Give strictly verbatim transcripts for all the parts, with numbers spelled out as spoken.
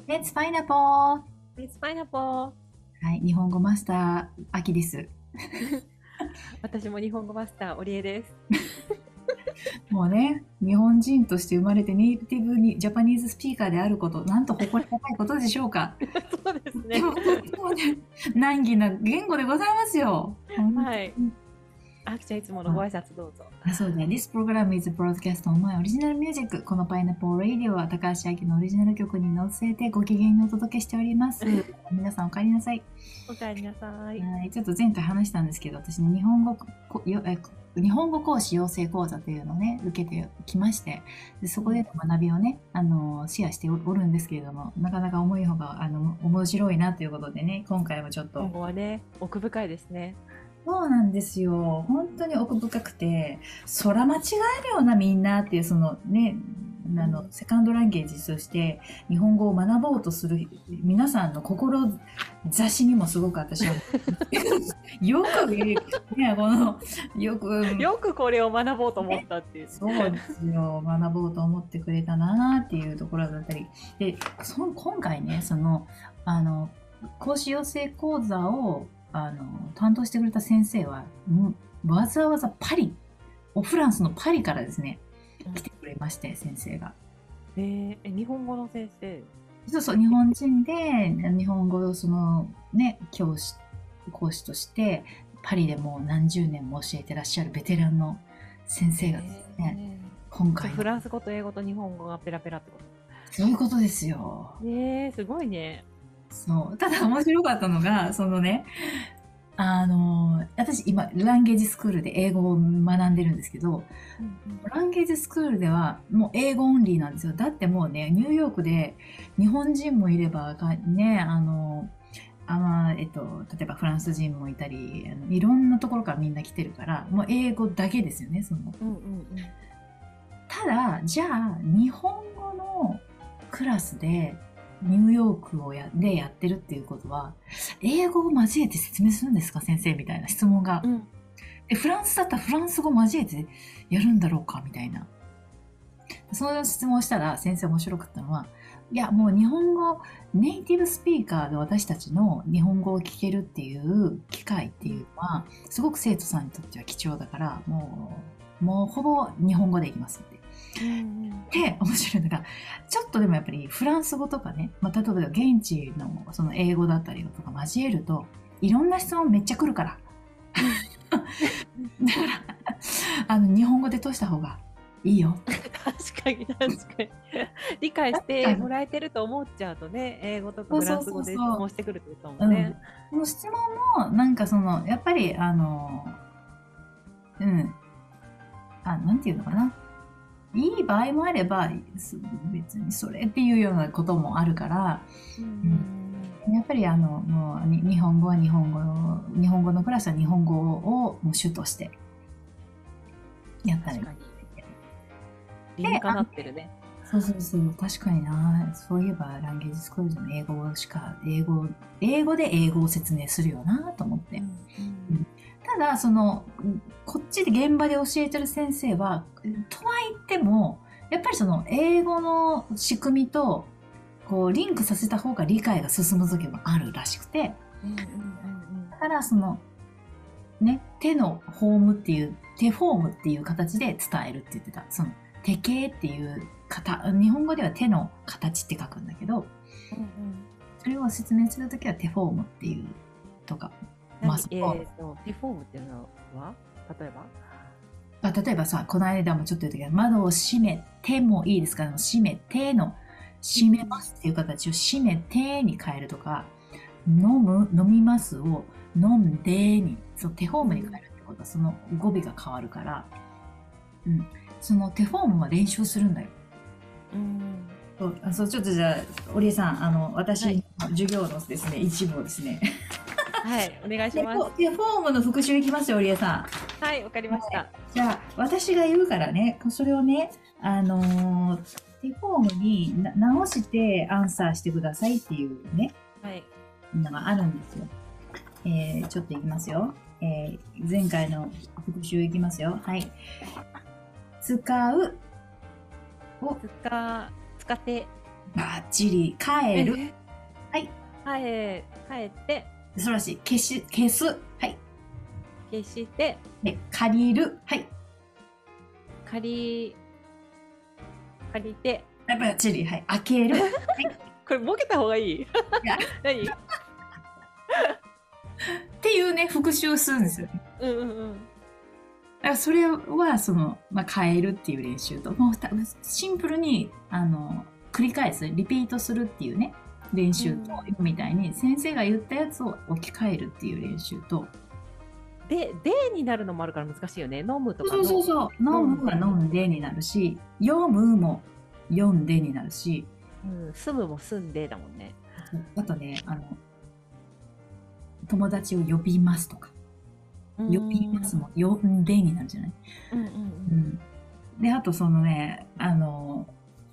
Let's pineapple! ミスパイナポー。 はい、日本語マスター、あきです。 私も日本語マスター、オリエです。 もうね、日本人として生まれてネイティブにジャパニーズスピーカーであること、なんと誇り高いことでしょうか。 そうですね。 でも、とってもね、難儀な言語でございますよ。 はい。あきちゃん、いつものご挨拶どうぞ。 あ、そうだ。This program is broadcast on my original music. このパイナポー Radio は高橋明のオリジナル曲に乗せてご機嫌にお届けしております。皆さんお帰りなさい。 おかえりなさい。 はい、ちょっと前回話したんですけど、私ね、日本語こよえ日本語講師養成講座というのをね、受けてきまして、でそこでの学びをね、あの、シェアしておるんですけれども、なかなか思いのが、あの、面白いなということでね、今回もちょっと。 今後はね、奥深いですね。 そうなんですよ。本当に奥深くて、空間違えるようなみんなっていう、そのね、あの、セカンドランゲージとして日本語を学ぼうとする皆さんの志しにもすごく私は、よく、ね、この、よく、 よくこれを学ぼうと思ったっていう。 そうですよ。学ぼうと思ってくれたなっていうところだったり。で、そ今回ね、その、あの、講師養成講座を、あの、担当してくれた先生は、わざわざパリ、フランスのパリからですね、来てくれまして、先生が。 えー、日本語の先生？ そうそう、日本人で、日本語をその、ね、教師、講師として、パリでもう何十年も教えてらっしゃるベテランの先生がですね、えー、今回。 フランス語と英語と日本語がペラペラってこと？ そういうことですよ。 えー、すごいね。 そう。ただ面白かったのが、そのね、あの、私今、ランゲージスクールで英語を学んでるんですけど、うんうん、ランゲージスクールではもう英語オンリーなんですよ。だってもうね、ニューヨークで日本人もいれば、ね、あの、あまえっと、例えばフランス人もいたり、あのいろんなところからみんな来てるから、もう英語だけですよね、その。うんうんうん、ただ、じゃあ、日本語のクラスで、ニューヨークをやでやってるっていうことは、英語を交えて説明するんですか先生みたいな質問が、うん、で。フランスだったらフランス語交えてやるんだろうかみたいな。その質問をしたら先生面白かったのは、いやもう日本語、ネイティブスピーカーで私たちの日本語を聞けるっていう機会っていうのは、すごく生徒さんにとっては貴重だから、もう、もうほぼ日本語でいきますって。で、面白いのが、ちょっとでもやっぱりフランス語とかね、まあ、例えば現地のその英語だったりとか交えると、いろんな質問めっちゃ来るから。だから、あの、日本語で通した方がいいよ。 確かに確かに。理解してもらえてると思っちゃうとね、英語とかフランス語で質問してくるってことだもんね。 その質問も、なんかその、やっぱり、あの、うん、あ、なんていうのかな。いい場合もあれば、別にそれっていうようなこともあるから、うんうん、やっぱりあの、もう日本語は日本語の、日本語のクラスは日本語をもう主としてやったり。 確かに。理にかなってるね。 そうそうそう、確かにな。そういえば、ランゲージスクールでも英語しか、英語、英語で英語を説明するよなと思って。うんうん、ただ、その、こっちで現場で教えてる先生は、とは言っても、やっぱりその、英語の仕組みと、こう、リンクさせた方が理解が進む時もあるらしくて、うんうんうん、だから、その、ね、手のフォームっていう、手フォームっていう形で伝えるって言ってた。その、手形っていう型、日本語では手の形って書くんだけど、うんうん、それを説明するときは手フォームっていうとか。 まあ、えーと、手フォームっていうのは例えばあ例えばさ、この間もちょっと言ったけど、窓を閉めてもいいですか？閉めての、閉めますっていう形を閉めてに変えるとか、飲む、飲みますを飲んでに、その手フォームに変えるってことは、その語尾が変わるから、うん。その手フォームは練習するんだよ。うん。そう、あそうちょっとじゃあ、織江さん、あの、私の授業のですね、はい、一部をですね。 はい、お願いします。 手フォームの復習いきますよ、織江さん。 はい、わかりました。はい、 じゃあ、私が言うからね、それをね、あのー、手フォームに直してアンサーしてくださいっていうね、はい。のがあるんですよ。えー、ちょっといきますよ。えー、前回の復習いきますよ。はい。使うを使、使ってバッチリ。帰る。 えはい。 帰帰って素晴らしい。消し、消す。はい。 消してで、借りる。はい。 借り借りて、 バッチリ。はい。開ける。はい。 これボケた方がいい。 いや何？ っていうね、復習するんですよね。 うんうんうん。 だからそれは、その、まあ、変えるっていう練習と、もうシンプルに、あの、繰り返す、リピートするっていうね、練習と、 うん今みたいに先生が言ったやつを置き換えるっていう練習と、 で、でになるのもあるから難しいよね。飲むとかそうそうそう、飲むが飲んでになるし、読むも読んでになるし、 うん、住むも住んでだもんね。 あとね、あの、友達を呼びますとか、呼びますも呼んでになるじゃない。 うんうんうん。 で、あとそのね、あの、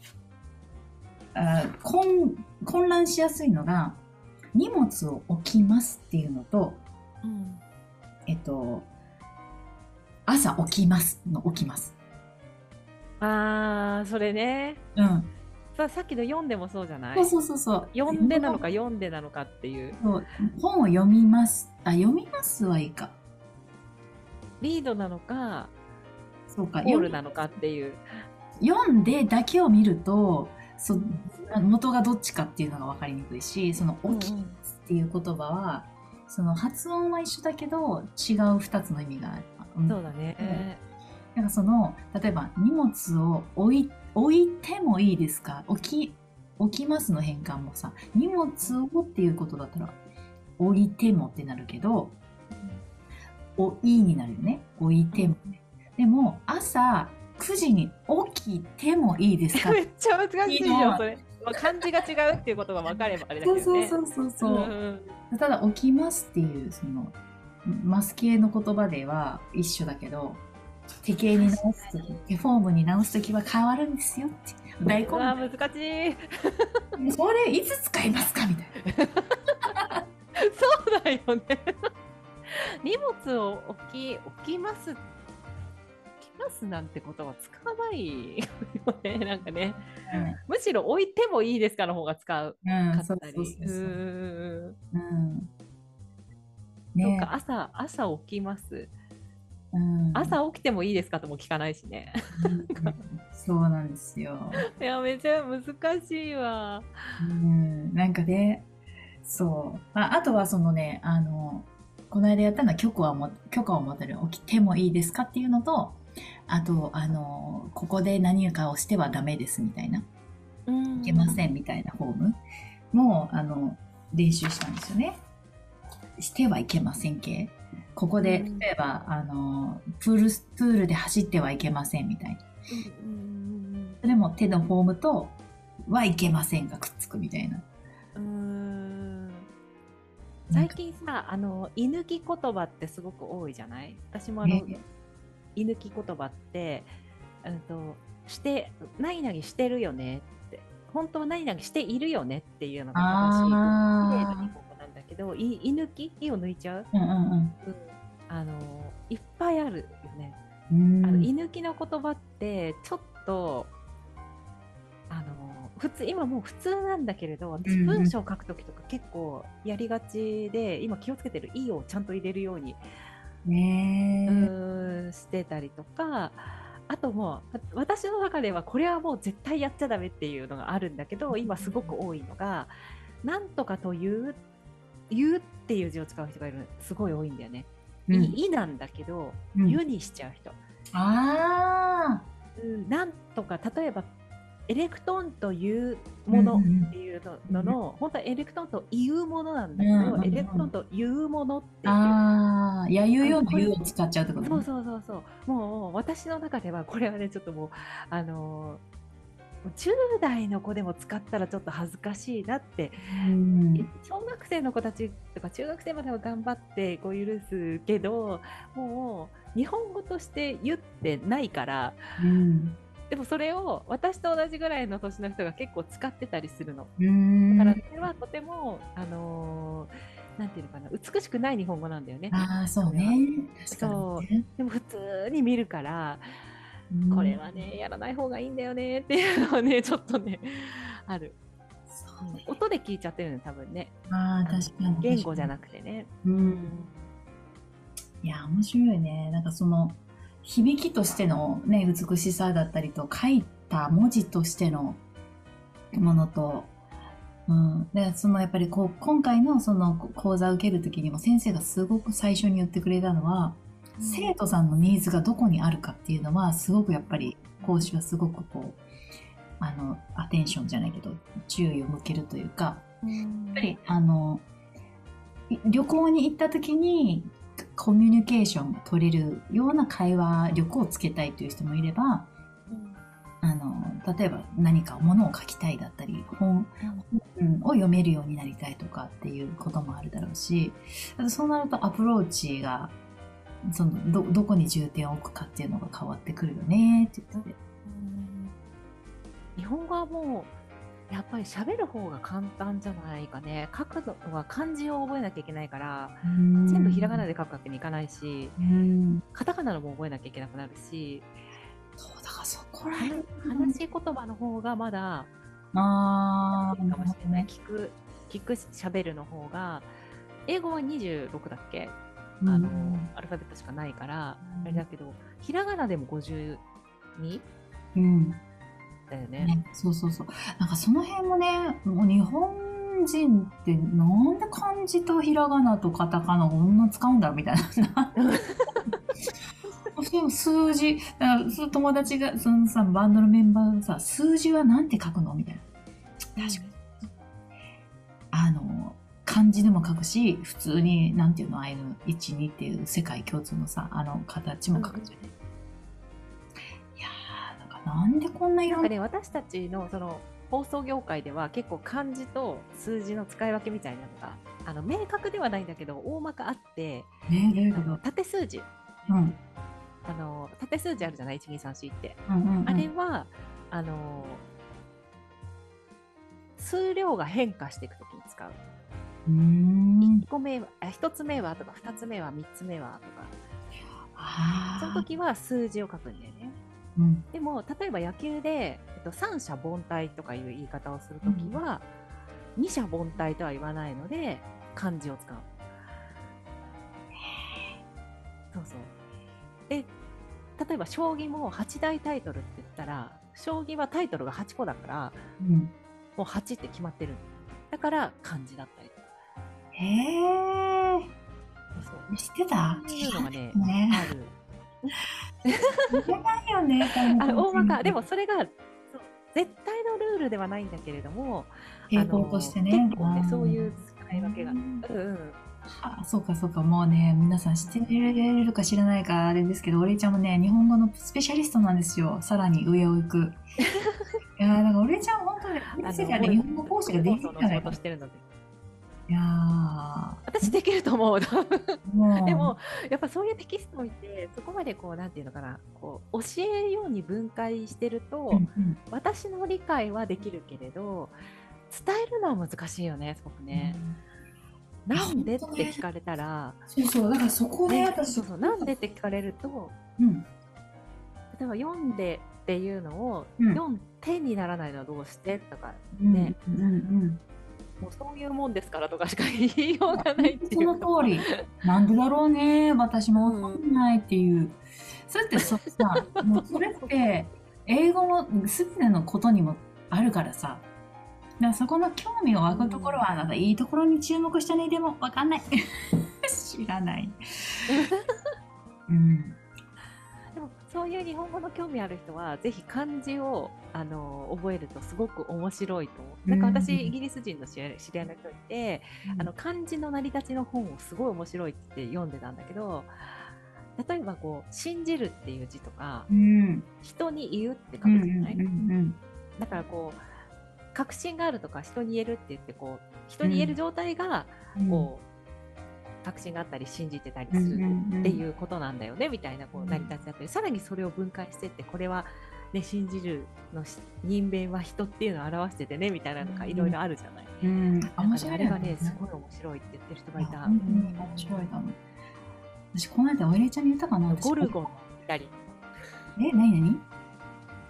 あ混混乱しやすいのが、荷物を置きますっていうのと、 うん、 えっと、朝起きますの起きます。 あー、それね。 うん。 ささっきの読んでもそうじゃない？ そうそうそうそう。 読んでなのか読んでなのかっていう。 そう本を読みます。あ、読みますはいいか。 リードなのか、 そうか。 コールなのかっていう。 読んでだけを見ると、そ元がどっちかっていうのが分かりにくいし、その起きますっていう言葉は、その発音は一緒だけど違う二つの意味がある。うん、 そうだね。 なんかその例えば荷物を置い置いてもいいですか、置き置きますの変換もさ、荷物をっていうことだったら置いてもってなるけど、置いになるよね。置いても。でも朝くじに起きてもいいですかめっちゃ難しいよそれ。まあ、漢字が違うっていうことが分かればあれだけどね。 そうそうそうそう。うんうん、ただ起きますっていうそのマス系の言葉では一緒だけど、手形に直すとき、手フォームに直すときは変わるんですよって。大根。 あ難しい。 それいつ使いますかみたいな。そうだよね。荷物を置き置きます。置きますなんてことは使わないよね。なんかね、うん。むしろ置いてもいいですかの方が使う。うん、かったり。うん。ね、そうか、朝朝起きます。うん、朝起きてもいいですかとも聞かないしね。 そうなんですよ。 いやめちゃ難しいわ。 うん、なんかね、そう。あ、あとはそのね、あのこの間やったのは許可をも許可を持てる起きてもいいですかっていうのと、あとあのここで何かをしてはダメですみたいな、いけませんみたいなフォームもあの練習したんですよね。してはいけません系。ここで、例えば、あの、プール、プールで走ってはいけませんみたいな。それも手のフォームと、はいけませんがくっつくみたいな。うーん。 最近さ、あの、居抜き言葉ってすごく多いじゃない？私もあの、居抜き言葉って、うんと、して、何々してるよねって、本当は何々しているよねっていうのが正しい。綺麗な日本語なんだけど、い、居抜き意を抜いちゃう、うんうんうん、あのいっぱいあるよね。あの居抜きの言葉ってちょっとあの普通今もう普通なんだけれど、私文章を書くときとか結構やりがちで、今気をつけてる「い」をちゃんと入れるように、ね、うんしてたりとか、あともう私の中ではこれはもう絶対やっちゃダメっていうのがあるんだけど、今すごく多いのが「なんとかという」言うっていう字を使う人がいる、すごい多いんだよね。うん、い, いなんだけど、うん、ゆにしちゃう人。あ、うん、なんとか例えばエレクトーンというものっていうのの、うんうん、本当はエレクトーンというものなんだけど、うんうん、エレクトーンというものっていう、ああ、やゆよのゆを使っちゃうってことね。そうそうそうそう。もう私の中ではこれはねちょっともうあのー。じゅう代の子でも使ったらちょっと恥ずかしいなって、うん、小学生の子たちとか中学生までは頑張ってこう許すけど、もう日本語として言ってないから、うん、でもそれを私と同じぐらいの年の人が結構使ってたりするの、うん、だからそれはとてもあのー、なんていうのかな、美しくない日本語なんだよね。ああ、そうね。確かにね。でも普通に見るから、これはねやらない方がいいんだよねっていうのはねちょっとねある。 そうね。 音で聞いちゃってるの多分ね。 ああ、確かに。 言語じゃなくてね。 うん。いや、面白いね。なんかその、響きとしてのね、美しさだったりと、書いた文字としてのものと、うん。で、そのやっぱりこう、今回のその講座を受けるときにも先生がすごく最初に言ってくれたのは、うん、生徒さんのニーズがどこにあるかっていうのは、すごくやっぱり講師はすごくこう、あの、アテンションじゃないけど、注意を向けるというか、うん、やっぱりあの、旅行に行ったときにコミュニケーションが取れるような会話力をつけたいという人もいれば、あの例えば何か物を書きたいだったり本、うん、を読めるようになりたいとかっていうこともあるだろうし、そうなるとアプローチがその ど, どこに重点を置くかっていうのが変わってくるよねって言ってて、 日本語はもうやっぱり喋る方が簡単じゃないかね。書くのは漢字を覚えなきゃいけないから全部ひらがなで書くわけにいかないし、カタカナのも覚えなきゃいけなくなるし、 そうだからそこら辺話し言葉の方がまだあいいかもしれない。聞く聞く喋るの方が、英語はにじゅうろくだっけ、うん、あのアルファベットしかないから、うん、あれだけどひらがなでもごじゅうに、うん、だよね。ね、 そうそうそう。なんかその辺もね、もう日本人ってなんで漢字とひらがなとカタカナをこんな使うんだろうみたいな。数字、だからその友達がそのさバンドのメンバーがさ、数字はなんて書くのみたいな。確かに。あの漢字でも書くし、普通になんていうの、ああいういち、にっていう世界共通のさ、あの形も書くじゃない。うん、いやー、なんかなんでこんな色なんかね、私たちのその放送業界では結構漢字と数字の使い分けみたいなのがあの明確ではないんだけど大まかあって、ね、あの縦数字、うん、あの縦数字あるじゃない、いちにさんしって、うんうんうん、あれはあの数量が変化していくときに使う。うーん、いっこめはひとつめはとかふたつめはみっつめはとか、あ、その時は数字を書くんだよね。うん、でも例えば野球で、えっと、三者凡退とかいう言い方をするときは、うん、二者凡退とは言わないので漢字を使う。そうそう。で、例えば将棋も八大タイトルって言ったら、将棋はタイトルがはちこだから、うん、もうはちって決まってる。だから漢字だったりとか。 へー。そうそう。知ってた？ そういうのがね、ねある。 知らないよね。 あ、大まか。でもそれがそう絶対のルールではないんだけれども、 傾向としてね。 結構ね、そういう使い分けが。うんうん。 あ、そうかそうか。もうね、皆さん知ってるか知らないかあれですけど、お礼ちゃんもね、日本語のスペシャリストなんですよ。さらに上を行く。いやー、なんかお礼ちゃん本当に、世界で日本語講師ができるんじゃないか。いや私できると思う。でもやっぱそういうテキストを見て、そこまでこうなんていうのかな、こう教えるように分解してると、うんうん、私の理解はできるけれど伝えるのは難しいよね、すごくね。うん、なんでって聞かれたら、 そうそう、だからそこで私、ね、そうそうなんでって聞かれると、うん、例えば読んでっていうのを、うん、読んでにならないのはどうしてとかね。うんうんうん、もうそういうもんですからとかしか言いようがないっていう。 その通り。なんでだろうね。私もわかんないっていう。うん、それってそさ、もうそれって英語のすべてのことにもあるからさ。だからそこの興味が湧くところは、なんかいいところに注目したね。でもわかんない。知らない。 うん。でもそういう日本語の興味ある人はぜひ漢字をあの覚えるとすごく面白いと思う。なんか私、うん、イギリス人の知り合いの人いて、うん、あの漢字の成り立ちの本をすごい面白いって読んでたんだけど、例えばこう信じるっていう字とか、うん、人に言うって書くじゃない、うんうんうん、だからこう確信があるとか人に言えるって言ってこう人に言える状態がこう、うん確信があったり信じてたりするっていうことなんだよね、みたいなこう成り立ちだったり、さらにそれを分解してって、これは、ね、信じるの人弁は人っていうのを表しててねみたいなのがいろいろあるじゃない。うん、だからあれがねすごい面白いって言ってる人がいた。 本当に面白いかも。私この間お礼ちゃんに言ったかな。 ゴルゴンいたり。 え、何何？ あ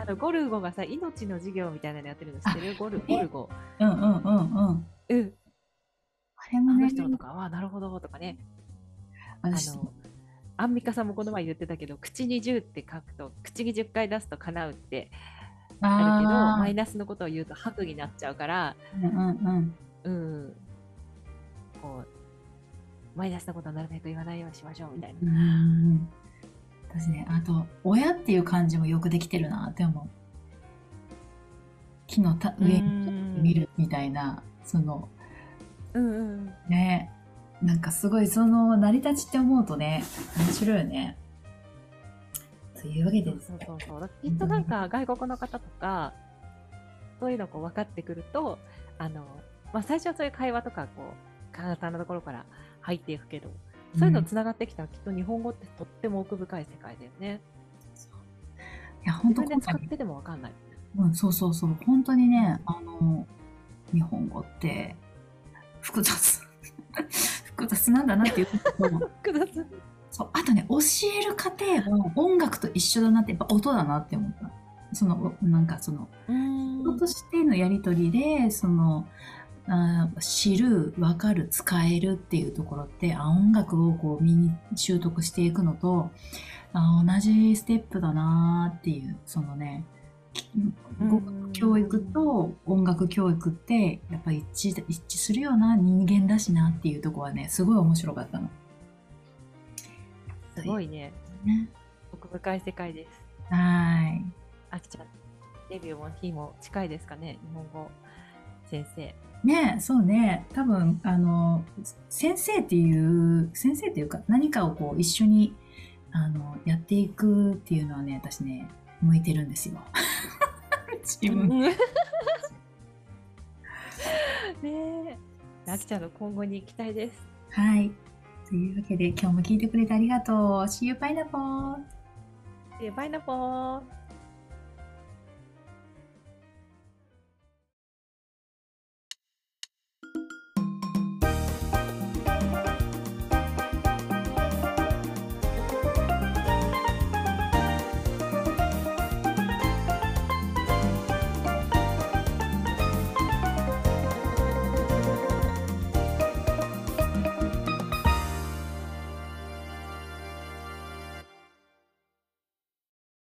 あのゴルゴがさ、命の授業みたいなのやってるの知ってる？ゴルゴルゴ。 うんうんうんうん。 うん。 あれもね、 あの人とか、ああ、なるほどとかね。あ私、 の、アンミカさんもこの前言ってたけど、口にじゅうって書くと、口にじゅっかい出すと叶うってあるけど、マイあナスのことを言うと白になっちゃうから、 ー、うんうんうん、こう、マイナスなことはなるべく言わないようにしましょうみたいな。 うん。うん。私ね、あと、親っていう感じもよくできてるなって思う。木のたうー上に見ん、 るみたいな、その、 うんうん。 ね、なんかすごいその成り立ちって思うとね、面白いよね。というわけでそうですね。 そうそうそう。きっとなんか外国の方とか、そういうのこう分かってくると、あの、まあ、最初はそういう会話とかこう簡単なところから入っていくけど、そういうのうん。 つながってきたらきっと日本語ってとっても奥深い世界だよね。 いや、本自当今回、 分で使ってても分かんない。 うん、そうそうそう。本当にうん、 ね、あの、日本語って複雑。複雑なんだなっていうことと、 ください。 そう、あとね、教える過程は音楽と一緒だなって、やっぱ音だなって思った。その、おなんかその、 うーん。 人としてのやりとりで、その、あー知る、わかる、使えるっていうところって、あ、音楽をこう身に習得していくのと、あ、同じステップだなーっていう、そのね、きう語学教育ん。 と音楽教育って、やっぱり一致だ、一致するような人間だしなっていうところはね、すごい面白かったの。 すごいね。 ね。 奥深い世界です。 はーい。 あきちゃん、デビューも日も近いですかね、日本語先生。 ね、そうね。多分、あの、先生っていう、先生っていうか、何かをこう一緒に、あの、やっていくっていうのはね、私ね、向いてるんですよ。自分。 うんねえ。あきちゃんの今後に期待です。 はい。というわけで、今日も聞いてくれてありがとう。See you, pineapple! バイナポー。